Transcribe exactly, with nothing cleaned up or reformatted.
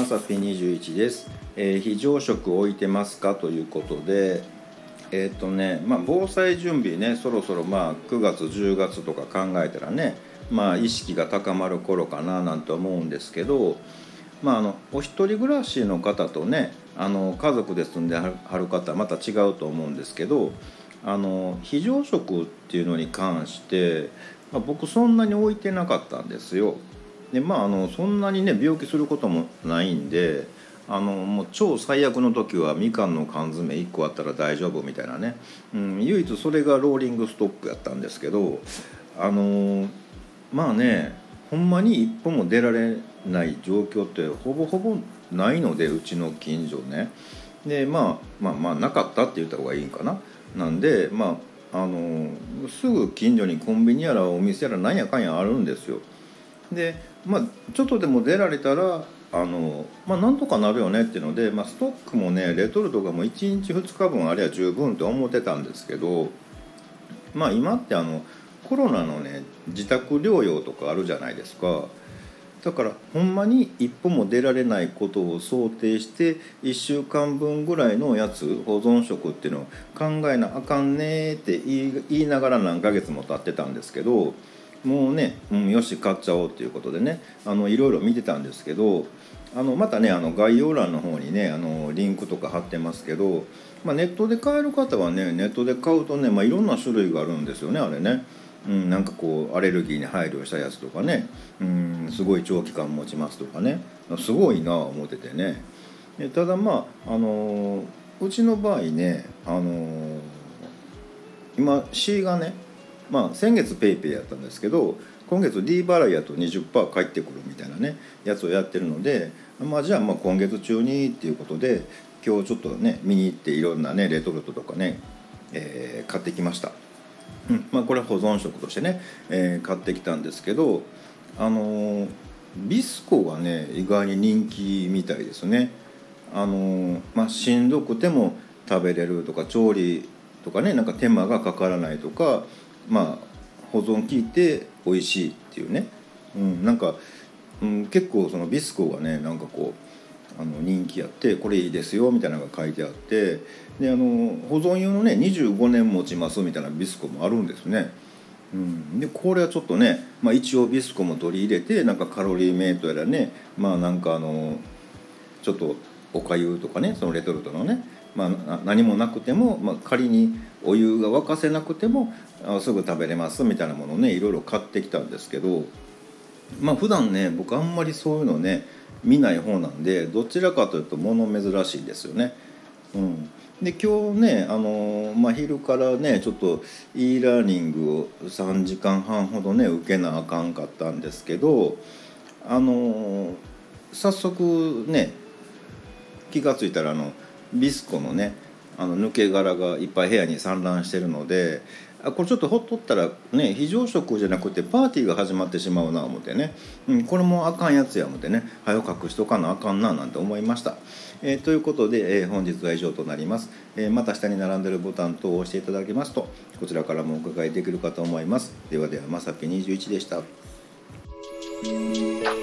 まさぴにじゅういちです、えー、非常食置いてますかということで、えっ、ー、とねまあ防災準備ね、そろそろまあくがつじゅうがつとか考えたらね、まあ意識が高まる頃かななんて思うんですけど、まああのお一人暮らしの方とね、あの家族で住んではる方はまた違うと思うんですけど、あの非常食っていうのに関して、まあ、僕そんなに置いてなかったんですよ。でまああのそんなにね病気することもないんで、あのもう超最悪の時はみかんの缶詰いっこあったら大丈夫みたいなね、うん、唯一それがローリングストックやったんですけど、あのまあねほんまに一歩も出られない状況ってほぼほぼないので、うちの近所ね。でまあまあまあなかったって言った方がいいんかな。なんでまああのすぐ近所にコンビニやらお店やらなんやかんやあるんですよ。でまあちょっとでも出られたらあのまあなんとかなるよねっていうので、まあ、ストックもねレトルトがもういちにちふつかぶんありゃ十分って思ってたんですけど、まあ今ってあのコロナのね自宅療養とかあるじゃないですか。だからほんまに一歩も出られないことを想定していっしゅうかんぶんぐらいのやつ保存食っていうのを考えなあかんねって言い、言いながら何ヶ月も経ってたんですけど、もうね、うん、よし買っちゃおうっていうことでね、あのいろいろ見てたんですけど、あのまたねあの概要欄の方にねあのリンクとか貼ってますけど、まあ、ネットで買える方はねネットで買うとね、まあ、いろんな種類があるんですよねあれね。うん、なんかこうアレルギーに配慮したやつとかね、うん、すごい長期間持ちますとかね、すごいな思っててね。ただまああのー、うちの場合ね、あのー、今 C がね、まあ、先月ペイペイやったんですけど今月 D 払いやと にじゅっパーセント 返ってくるみたいなねやつをやってるので、まあ、じゃあまあ今月中にっていうことで今日ちょっとね見に行っていろんなねレトルトとかね、えー、買ってきました。うんまあ、これは保存食としてね、えー、買ってきたんですけど、あのー、ビスコがね意外に人気みたいですね。あのーまあ、しんどくても食べれるとか調理とかねなんか手間がかからないとか、まあ、保存効いて美味しいっていうね、うん、なんか、うん、結構そのビスコがねなんかこうあの人気やってこれいいですよみたいなのが書いてあって、であの保存用のねにじゅうごねん持ちますみたいなビスコもあるんですね。うん、でこれはちょっとね、まあ、一応ビスコも取り入れてなんかカロリーメイトやらね、まあなんかあのちょっとおかゆとかねそのレトルトのね、まあ、何もなくても、まあ、仮にお湯が沸かせなくてもあすぐ食べれますみたいなものをねいろいろ買ってきたんですけど、まあ普段ね僕あんまりそういうのね見ない方なんでどちらかというと物珍しいですよね。うん、で今日ね、あのーまあ、昼からねちょっと e ラーニングをさんじかんはんほどね受けなあかんかったんですけど、あのー早速ね気がついたらあのビスコのねあの抜け殻がいっぱい部屋に散乱してるので、あこれちょっとほっとったらね非常食じゃなくてパーティーが始まってしまうな思ってね、うん、これもあかんやつや思ってね早く隠しとかなあかんななんて思いました。えー、ということで、えー、本日は以上となります。えー、また下に並んでいるボタン等を押していただけますとこちらからもお伺いできるかと思います。ではではまさぴにじゅういちでした。